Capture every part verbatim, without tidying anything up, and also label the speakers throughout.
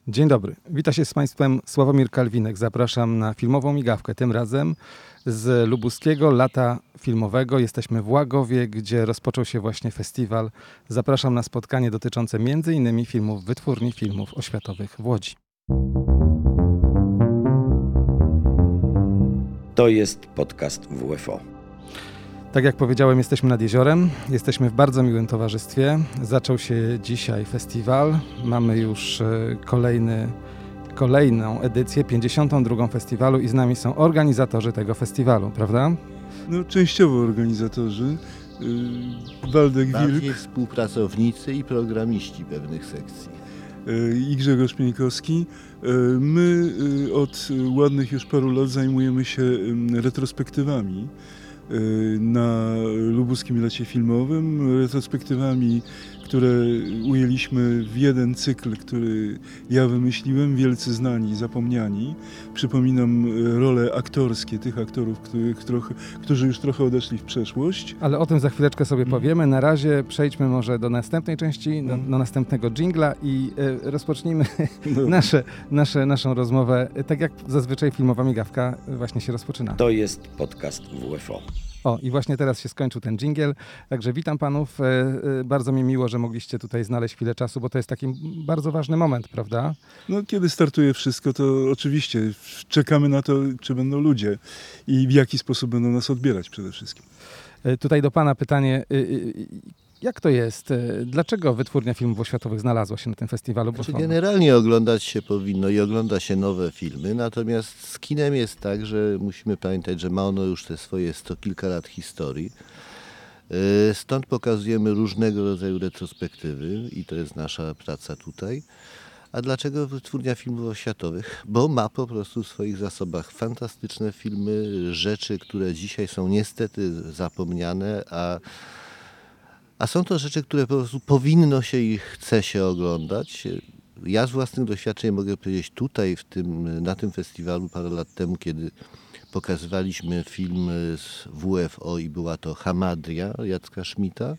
Speaker 1: Dzień dobry. Wita się z Państwem Sławomir Kalwinek. Zapraszam na filmową migawkę. Tym razem z lubuskiego lata filmowego. Jesteśmy w Łagowie, gdzie rozpoczął się właśnie festiwal. Zapraszam na spotkanie dotyczące między innymi filmów Wytwórni Filmów Oświatowych w Łodzi.
Speaker 2: To jest podcast W F O.
Speaker 1: Tak jak powiedziałem, jesteśmy nad jeziorem, jesteśmy w bardzo miłym towarzystwie. Zaczął się dzisiaj festiwal. Mamy już kolejny, kolejną edycję, pięćdziesiątą drugą festiwalu i z nami są organizatorzy tego festiwalu, prawda?
Speaker 3: No, częściowo organizatorzy. Yy, Waldek
Speaker 4: Bardziej
Speaker 3: Wilk,
Speaker 4: współpracownicy i programiści pewnych sekcji.
Speaker 3: yy, i Grzegorz Pieńkowski. Yy, my yy, od ładnych już paru lat zajmujemy się yy, retrospektywami yy, na lubuskim lecie filmowym. Retrospektywami, które ujęliśmy w jeden cykl, który ja wymyśliłem, Wielcy Znani, Zapomniani. Przypominam role aktorskie tych aktorów, których trochę, którzy już trochę odeszli w przeszłość.
Speaker 1: Ale o tym za chwileczkę sobie powiemy. Na razie przejdźmy może do następnej części, do, do następnego dżingla i y, rozpocznijmy
Speaker 3: No.
Speaker 1: nasze, nasze, naszą rozmowę, tak jak zazwyczaj filmowa migawka właśnie się rozpoczyna.
Speaker 2: To jest podcast W F O.
Speaker 1: O, i właśnie teraz się skończył ten dżingiel, także witam panów. E, e, bardzo mi miło, że mogliście tutaj znaleźć chwilę czasu, bo to jest taki bardzo ważny moment, prawda?
Speaker 3: No, kiedy startuje wszystko, to oczywiście czekamy na to, czy będą ludzie i w jaki sposób będą nas odbierać przede wszystkim.
Speaker 1: E, tutaj do pana pytanie, e, e, jak to jest? E, dlaczego Wytwórnia Filmów Oświatowych znalazła się na tym festiwalu?
Speaker 4: Znaczy, generalnie oglądać się powinno i ogląda się nowe filmy, natomiast z kinem jest tak, że musimy pamiętać, że ma ono już te swoje sto kilka lat historii. Stąd pokazujemy różnego rodzaju retrospektywy i to jest nasza praca tutaj. A dlaczego Wytwórnia Filmów Oświatowych? Bo ma po prostu w swoich zasobach fantastyczne filmy, rzeczy, które dzisiaj są niestety zapomniane, a A są to rzeczy, które po prostu powinno się i chce się oglądać. Ja z własnych doświadczeń mogę powiedzieć tutaj, w tym, na tym festiwalu parę lat temu, kiedy pokazywaliśmy film z W F O i była to Hamadria Jacka Schmidta,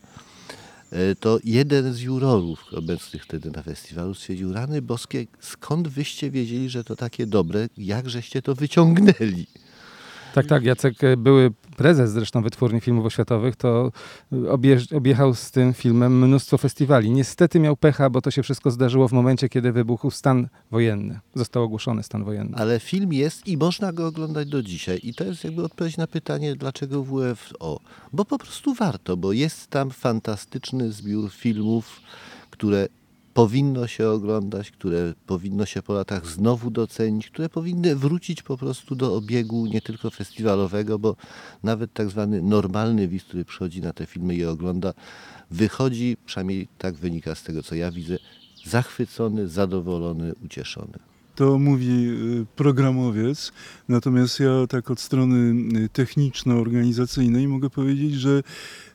Speaker 4: to jeden z jurorów obecnych wtedy na festiwalu stwierdził: rany boskie, skąd wyście wiedzieli, że to takie dobre, jak żeście to wyciągnęli?
Speaker 1: Tak, tak, Jacek, były prezes zresztą Wytwórni Filmów Oświatowych, to objeżdż, objechał z tym filmem mnóstwo festiwali. Niestety miał pecha, bo to się wszystko zdarzyło w momencie, kiedy wybuchł stan wojenny. Został ogłoszony stan wojenny.
Speaker 4: Ale film jest i można go oglądać do dzisiaj. I to jest jakby odpowiedź na pytanie, dlaczego W F O. Bo po prostu warto, bo jest tam fantastyczny zbiór filmów, które powinno się oglądać, które powinno się po latach znowu docenić, które powinny wrócić po prostu do obiegu nie tylko festiwalowego, bo nawet tak zwany normalny widz, który przychodzi na te filmy i je ogląda, wychodzi, przynajmniej tak wynika z tego, co ja widzę, zachwycony, zadowolony, ucieszony.
Speaker 3: To mówi programowiec, natomiast ja tak od strony techniczno-organizacyjnej mogę powiedzieć, że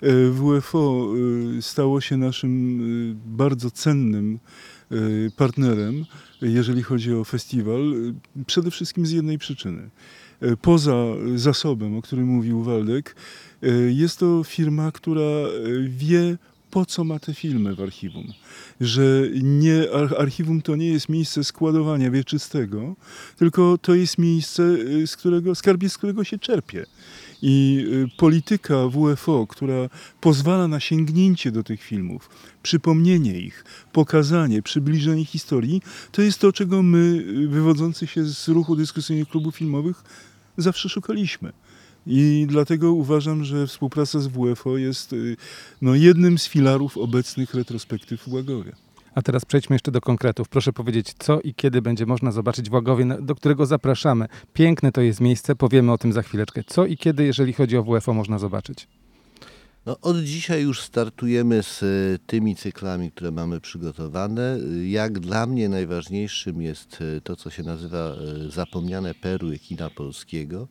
Speaker 3: W F O stało się naszym bardzo cennym partnerem, jeżeli chodzi o festiwal, przede wszystkim z jednej przyczyny. Poza zasobem, o którym mówił Waldek, jest to firma, która wie, po co ma te filmy w archiwum. Że nie, archiwum to nie jest miejsce składowania wieczystego, tylko to jest miejsce, z którego, skarbiec, z którego się czerpie. I polityka W F O, która pozwala na sięgnięcie do tych filmów, przypomnienie ich, pokazanie, przybliżenie historii, to jest to, czego my, wywodzący się z ruchu dyskusyjnych klubów filmowych, zawsze szukaliśmy. I dlatego uważam, że współpraca z W F O jest no, jednym z filarów obecnych retrospektyw w Łagowie.
Speaker 1: A teraz przejdźmy jeszcze do konkretów. Proszę powiedzieć, co i kiedy będzie można zobaczyć w Łagowie, do którego zapraszamy. Piękne to jest miejsce, powiemy o tym za chwileczkę. Co i kiedy, jeżeli chodzi o W F O, można zobaczyć?
Speaker 4: No, od dzisiaj już startujemy z tymi cyklami, które mamy przygotowane. Jak dla mnie najważniejszym jest to, co się nazywa Zapomniane perły kina polskiego.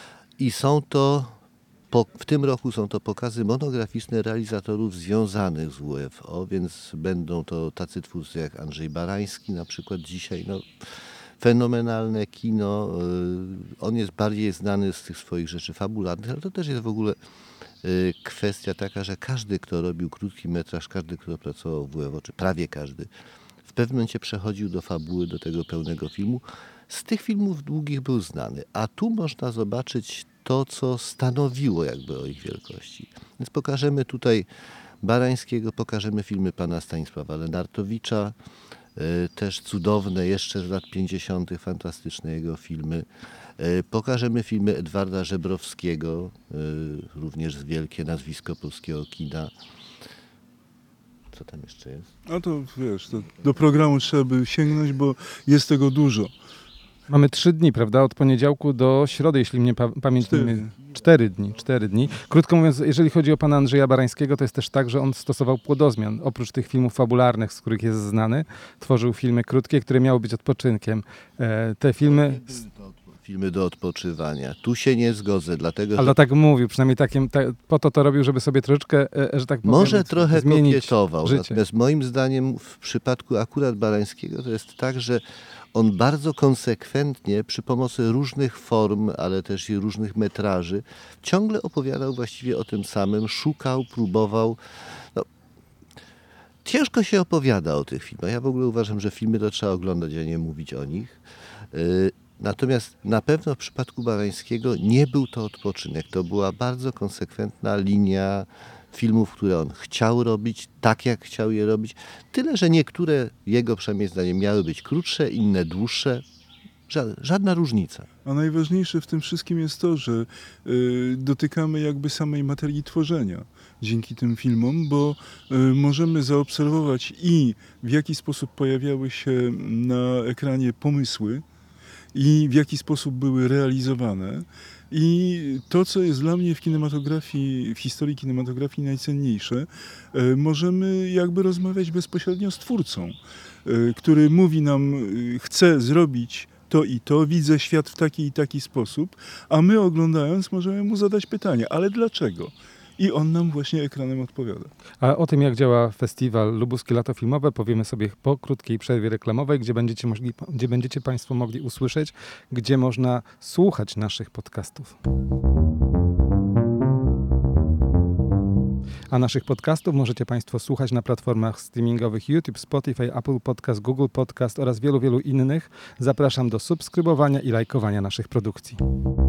Speaker 4: I są to, po, w tym roku są to pokazy monograficzne realizatorów związanych z W F O, więc będą to tacy twórcy jak Andrzej Barański na przykład dzisiaj. No, fenomenalne kino. On jest bardziej znany z tych swoich rzeczy fabularnych, ale to też jest w ogóle kwestia taka, że każdy, kto robił krótki metraż, każdy, kto pracował w W F O, czy prawie każdy, w pewnym momencie przechodził do fabuły, do tego pełnego filmu. Z tych filmów długich był znany, a tu można zobaczyć to, co stanowiło jakby o ich wielkości. Więc pokażemy tutaj Barańskiego, pokażemy filmy pana Stanisława Lenartowicza, też cudowne, jeszcze z lat pięćdziesiątych, fantastyczne jego filmy. Pokażemy filmy Edwarda Żebrowskiego, również wielkie nazwisko polskiego kina. Co tam jeszcze jest?
Speaker 3: A to wiesz, to do programu trzeba by sięgnąć, bo jest tego dużo.
Speaker 1: Mamy trzy dni, prawda? Od poniedziałku do środy, jeśli mnie pa- pamięć nie
Speaker 3: Cztery.
Speaker 1: myli. Cztery dni, cztery dni. Krótko mówiąc, jeżeli chodzi o pana Andrzeja Barańskiego, to jest też tak, że on stosował płodozmian. Oprócz tych filmów fabularnych, z których jest znany, tworzył filmy krótkie, które miały być odpoczynkiem. E, te filmy...
Speaker 4: Filmy do odpoczywania. Tu się nie zgodzę, dlatego
Speaker 1: Ale
Speaker 4: że
Speaker 1: tak mówił, przynajmniej takim, ta, po to to robił, żeby sobie troszeczkę, e, że tak powiem,
Speaker 4: może trochę
Speaker 1: zmienić
Speaker 4: kokietował.
Speaker 1: życie.
Speaker 4: Natomiast moim zdaniem w przypadku akurat Barańskiego to jest tak, że on bardzo konsekwentnie przy pomocy różnych form, ale też i różnych metraży ciągle opowiadał właściwie o tym samym, szukał, próbował. No, ciężko się opowiada o tych filmach. Ja w ogóle uważam, że filmy to trzeba oglądać, a nie mówić o nich. Yy, Natomiast na pewno w przypadku Barańskiego nie był to odpoczynek. To była bardzo konsekwentna linia filmów, które on chciał robić, tak jak chciał je robić. Tyle, że niektóre, jego przynajmniej zdaniem, miały być krótsze, inne dłuższe. Ża- żadna różnica.
Speaker 3: A najważniejsze w tym wszystkim jest to, że y, dotykamy jakby samej materii tworzenia dzięki tym filmom, bo y, możemy zaobserwować i w jaki sposób pojawiały się na ekranie pomysły i w jaki sposób były realizowane. I to, co jest dla mnie w kinematografii, w historii kinematografii najcenniejsze, y, możemy jakby rozmawiać bezpośrednio z twórcą, y, który mówi nam, y, chce zrobić to i to, widzę świat w taki i taki sposób, a my oglądając możemy mu zadać pytanie, ale dlaczego? I on nam właśnie ekranem odpowiada.
Speaker 1: A o tym, jak działa festiwal Lubuskie Lato Filmowe, powiemy sobie po krótkiej przerwie reklamowej, gdzie będziecie, mogli, gdzie będziecie Państwo mogli usłyszeć, gdzie można słuchać naszych podcastów. A naszych podcastów możecie Państwo słuchać na platformach streamingowych YouTube, Spotify, Apple Podcast, Google Podcast oraz wielu, wielu innych. Zapraszam do subskrybowania i lajkowania naszych produkcji.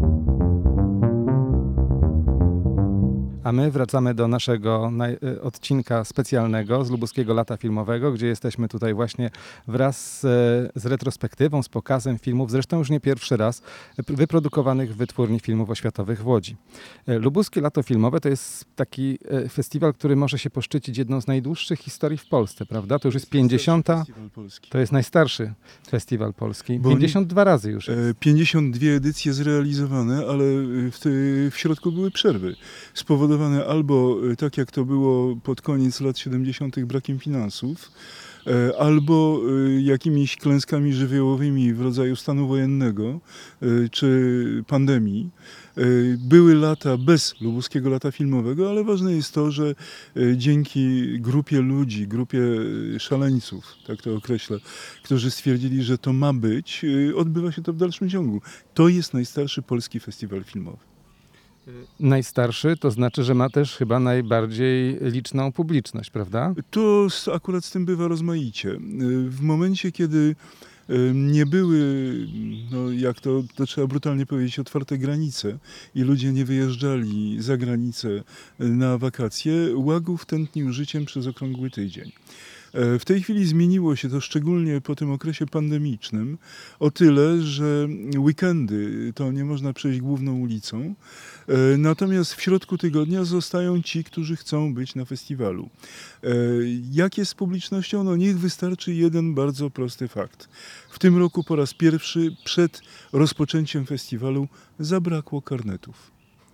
Speaker 1: A my wracamy do naszego naj- odcinka specjalnego z Lubuskiego Lata Filmowego, gdzie jesteśmy tutaj właśnie wraz z, z retrospektywą, z pokazem filmów, zresztą już nie pierwszy raz, wyprodukowanych w Wytwórni Filmów Oświatowych w Łodzi. Lubuskie Lato Filmowe to jest taki festiwal, który może się poszczycić jedną z najdłuższych historii w Polsce, prawda? To już jest pięćdziesiąta.
Speaker 3: Festiwal Polski.
Speaker 1: To jest najstarszy festiwal polski.
Speaker 3: Bo
Speaker 1: pięćdziesiąt dwa razy już jest.
Speaker 3: E, pięćdziesiąt dwie edycje zrealizowane, ale w, te, w środku były przerwy. Spowodowane albo, e, tak jak to było pod koniec lat siedemdziesiątych, brakiem finansów, e, albo e, jakimiś klęskami żywiołowymi w rodzaju stanu wojennego e, czy pandemii. E, Były lata bez Lubuskiego Lata Filmowego, ale ważne jest to, że e, dzięki grupie ludzi, grupie e, szaleńców, tak to określę, którzy stwierdzili, że to ma być, e, odbywa się to w dalszym ciągu. To jest najstarszy polski festiwal filmowy.
Speaker 1: Najstarszy, to znaczy, że ma też chyba najbardziej liczną publiczność, prawda?
Speaker 3: To s- akurat z tym bywa rozmaicie. E, W momencie, kiedy e, nie były, no jak to, to trzeba brutalnie powiedzieć, otwarte granice i ludzie nie wyjeżdżali za granicę e, na wakacje, Łagów tętnił życiem przez okrągły tydzień. E, W tej chwili zmieniło się to szczególnie po tym okresie pandemicznym o tyle, że weekendy to nie można przejść główną ulicą, e, natomiast w środku tygodnia zostają ci, którzy chcą być na festiwalu. E, Jak jest z publicznością? No niech wystarczy jeden bardzo prosty fakt. W tym roku po raz pierwszy przed rozpoczęciem festiwalu zabrakło karnetów.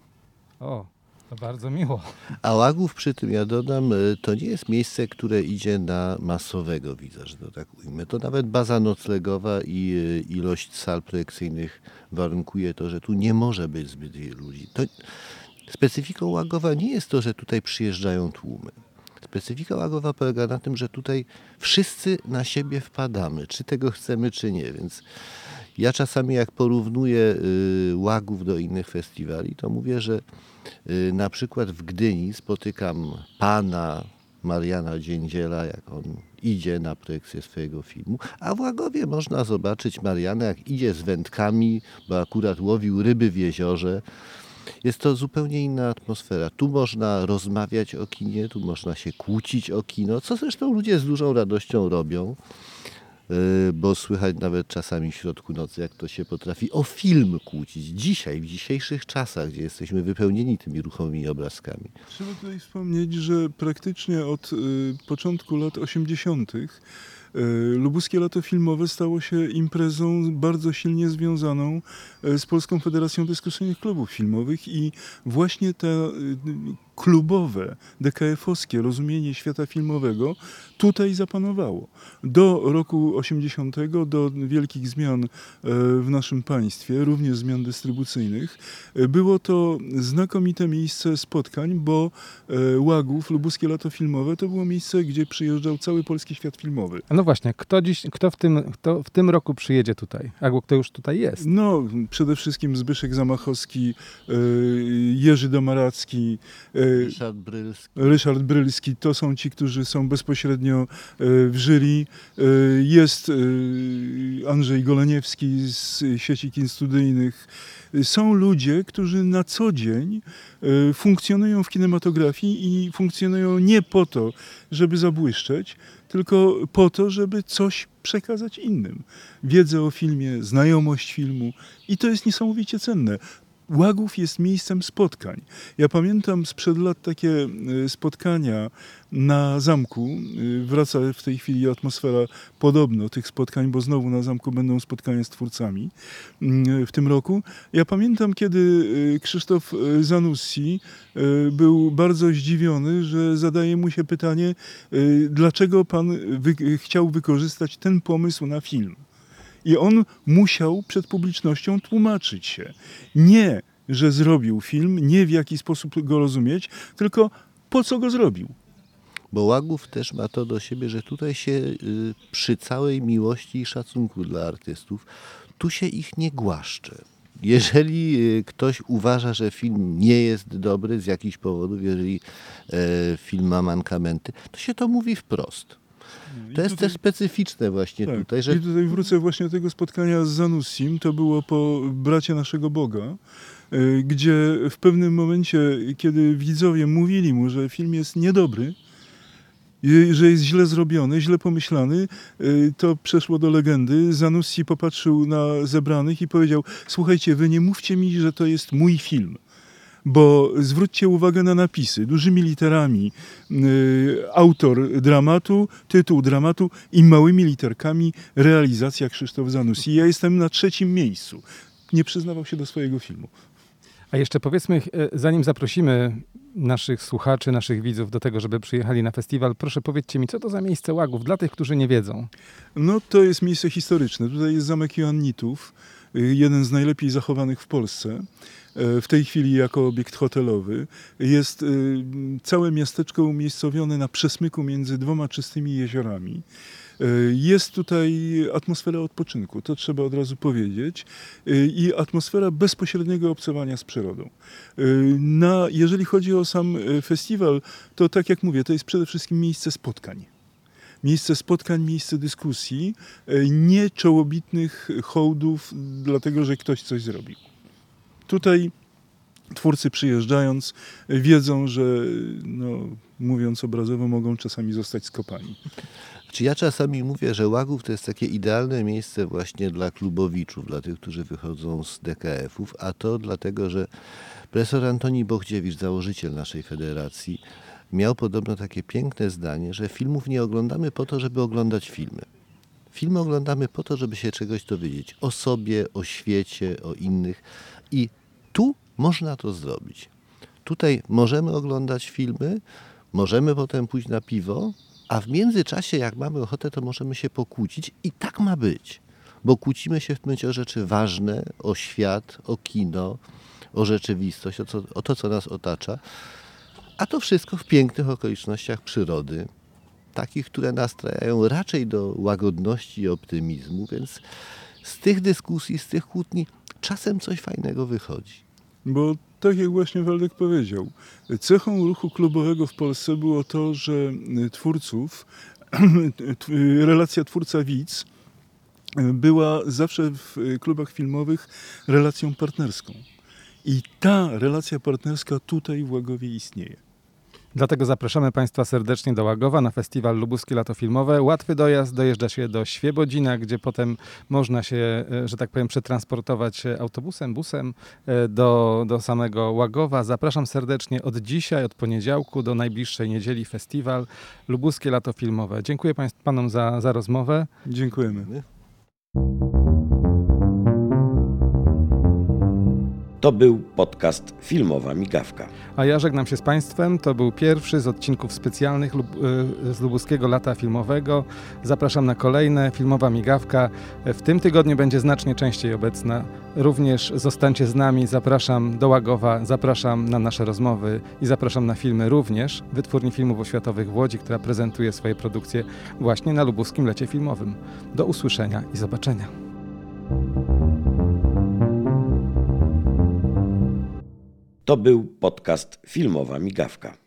Speaker 1: O, to bardzo miło.
Speaker 4: A Łagów przy tym, ja dodam, y, to nie jest miejsce, które idzie na masowego widza, że to tak ujmę. To nawet baza noclegowa i y, ilość sal projekcyjnych warunkuje to, że tu nie może być zbyt wielu ludzi. To specyfiką Łagowa nie jest to, że tutaj przyjeżdżają tłumy. Specyfika Łagowa polega na tym, że tutaj wszyscy na siebie wpadamy, czy tego chcemy, czy nie. Więc ja czasami jak porównuję y, Łagów do innych festiwali, to mówię, że y, na przykład w Gdyni spotykam pana Mariana Dziędziela, jak on idzie na projekcję swojego filmu, a w Łagowie można zobaczyć Mariana, jak idzie z wędkami, bo akurat łowił ryby w jeziorze. Jest to zupełnie inna atmosfera. Tu można rozmawiać o kinie, tu można się kłócić o kino, co zresztą ludzie z dużą radością robią, bo słychać nawet czasami w środku nocy, jak to się potrafi o film kłócić. Dzisiaj, w dzisiejszych czasach, gdzie jesteśmy wypełnieni tymi ruchomymi obrazkami.
Speaker 3: Trzeba tutaj wspomnieć, że praktycznie od y, początku lat osiemdziesiątych Lubuskie Lato Filmowe stało się imprezą bardzo silnie związaną z Polską Federacją Dyskusyjnych Klubów Filmowych i właśnie te klubowe, de ka efowskie rozumienie świata filmowego tutaj zapanowało. Do roku osiemdziesiątego, do wielkich zmian w naszym państwie, również zmian dystrybucyjnych, było to znakomite miejsce spotkań, bo Łagów, Lubuskie Lato Filmowe to było miejsce, gdzie przyjeżdżał cały polski świat filmowy.
Speaker 1: No właśnie, kto, dziś, kto, w, tym, kto w tym roku przyjedzie tutaj? Albo kto już tutaj jest?
Speaker 3: No, przede wszystkim Zbyszek Zamachowski, Jerzy Domaracki,
Speaker 4: Ryszard Brylski.
Speaker 3: Ryszard Brylski, to są ci, którzy są bezpośrednio w jury. Jest Andrzej Goleniewski z sieci kin studyjnych. Są ludzie, którzy na co dzień funkcjonują w kinematografii i funkcjonują nie po to, żeby zabłyszczeć, tylko po to, żeby coś przekazać innym. Wiedzę o filmie, znajomość filmu i to jest niesamowicie cenne. Łagów jest miejscem spotkań. Ja pamiętam sprzed lat takie spotkania na zamku. Wraca w tej chwili atmosfera podobno tych spotkań, bo znowu na zamku będą spotkania z twórcami w tym roku. Ja pamiętam, kiedy Krzysztof Zanussi był bardzo zdziwiony, że zadaje mu się pytanie, dlaczego pan wy- chciał wykorzystać ten pomysł na film. I on musiał przed publicznością tłumaczyć się. Nie, że zrobił film, nie w jaki sposób go rozumieć, tylko po co go zrobił.
Speaker 4: Bo Łagów też ma to do siebie, że tutaj się y, przy całej miłości i szacunku dla artystów, tu się ich nie głaszcze. Jeżeli y, ktoś uważa, że film nie jest dobry z jakichś powodów, jeżeli y, film ma mankamenty, to się to mówi wprost. To jest
Speaker 3: tutaj,
Speaker 4: też specyficzne właśnie
Speaker 3: tak,
Speaker 4: tutaj, że...
Speaker 3: I tutaj wrócę właśnie do tego spotkania z Zanussim, to było po Bracie Naszego Boga, gdzie w pewnym momencie, kiedy widzowie mówili mu, że film jest niedobry, że jest źle zrobiony, źle pomyślany, to przeszło do legendy. Zanussi popatrzył na zebranych i powiedział: słuchajcie, wy nie mówcie mi, że to jest mój film. Bo zwróćcie uwagę na napisy, dużymi literami, y, autor dramatu, tytuł dramatu i małymi literkami realizacja Krzysztof Zanussi. Ja jestem na trzecim miejscu. Nie przyznawał się do swojego filmu.
Speaker 1: A jeszcze powiedzmy, zanim zaprosimy naszych słuchaczy, naszych widzów do tego, żeby przyjechali na festiwal, proszę powiedzcie mi, co to za miejsce Łagów, dla tych, którzy nie wiedzą.
Speaker 3: No to jest miejsce historyczne. Tutaj jest zamek Joannitów, jeden z najlepiej zachowanych w Polsce. W tej chwili jako obiekt hotelowy. Jest całe miasteczko umiejscowione na przesmyku między dwoma czystymi jeziorami. Jest tutaj atmosfera odpoczynku, to trzeba od razu powiedzieć, i atmosfera bezpośredniego obcowania z przyrodą. Na, jeżeli chodzi o sam festiwal, to tak jak mówię, to jest przede wszystkim miejsce spotkań. Miejsce spotkań, miejsce dyskusji, nie czołobitnych hołdów, dlatego że ktoś coś zrobił. Tutaj twórcy przyjeżdżając wiedzą, że no, mówiąc obrazowo mogą czasami zostać skopani.
Speaker 4: Czy ja czasami mówię, że Łagów to jest takie idealne miejsce właśnie dla klubowiczów, dla tych, którzy wychodzą z de ka efów, a to dlatego, że profesor Antoni Bochdziewicz, założyciel naszej federacji, miał podobno takie piękne zdanie, że filmów nie oglądamy po to, żeby oglądać filmy. Filmy oglądamy po to, żeby się czegoś dowiedzieć o sobie, o świecie, o innych. I tu można to zrobić. Tutaj możemy oglądać filmy, możemy potem pójść na piwo, a w międzyczasie, jak mamy ochotę, to możemy się pokłócić i tak ma być. Bo kłócimy się w tym momencie o rzeczy ważne, o świat, o kino, o rzeczywistość, o, co, o to, co nas otacza. A to wszystko w pięknych okolicznościach przyrody, takich, które nastrajają raczej do łagodności i optymizmu, więc z tych dyskusji, z tych kłótni czasem coś fajnego wychodzi.
Speaker 3: Bo tak jak właśnie Waldek powiedział, cechą ruchu klubowego w Polsce było to, że twórców relacja twórca-widz była zawsze w klubach filmowych relacją partnerską. I ta relacja partnerska tutaj w Łagowie istnieje.
Speaker 1: Dlatego zapraszamy Państwa serdecznie do Łagowa na festiwal Lubuskie Lato Filmowe. Łatwy dojazd, dojeżdża się do Świebodzina, gdzie potem można się, że tak powiem, przetransportować autobusem, busem do, do samego Łagowa. Zapraszam serdecznie od dzisiaj, od poniedziałku do najbliższej niedzieli festiwal Lubuskie Lato Filmowe. Dziękuję Państwu, Panom za, za rozmowę.
Speaker 3: Dziękujemy.
Speaker 2: To był podcast Filmowa Migawka.
Speaker 1: A ja żegnam się z Państwem. To był pierwszy z odcinków specjalnych lub, z Lubuskiego Lata Filmowego. Zapraszam na kolejne. Filmowa Migawka w tym tygodniu będzie znacznie częściej obecna. Również zostańcie z nami. Zapraszam do Łagowa, zapraszam na nasze rozmowy i zapraszam na filmy również Wytwórni Filmów Oświatowych w Łodzi, która prezentuje swoje produkcje właśnie na Lubuskim Lecie Filmowym. Do usłyszenia i zobaczenia.
Speaker 2: To był podcast Filmowa Migawka.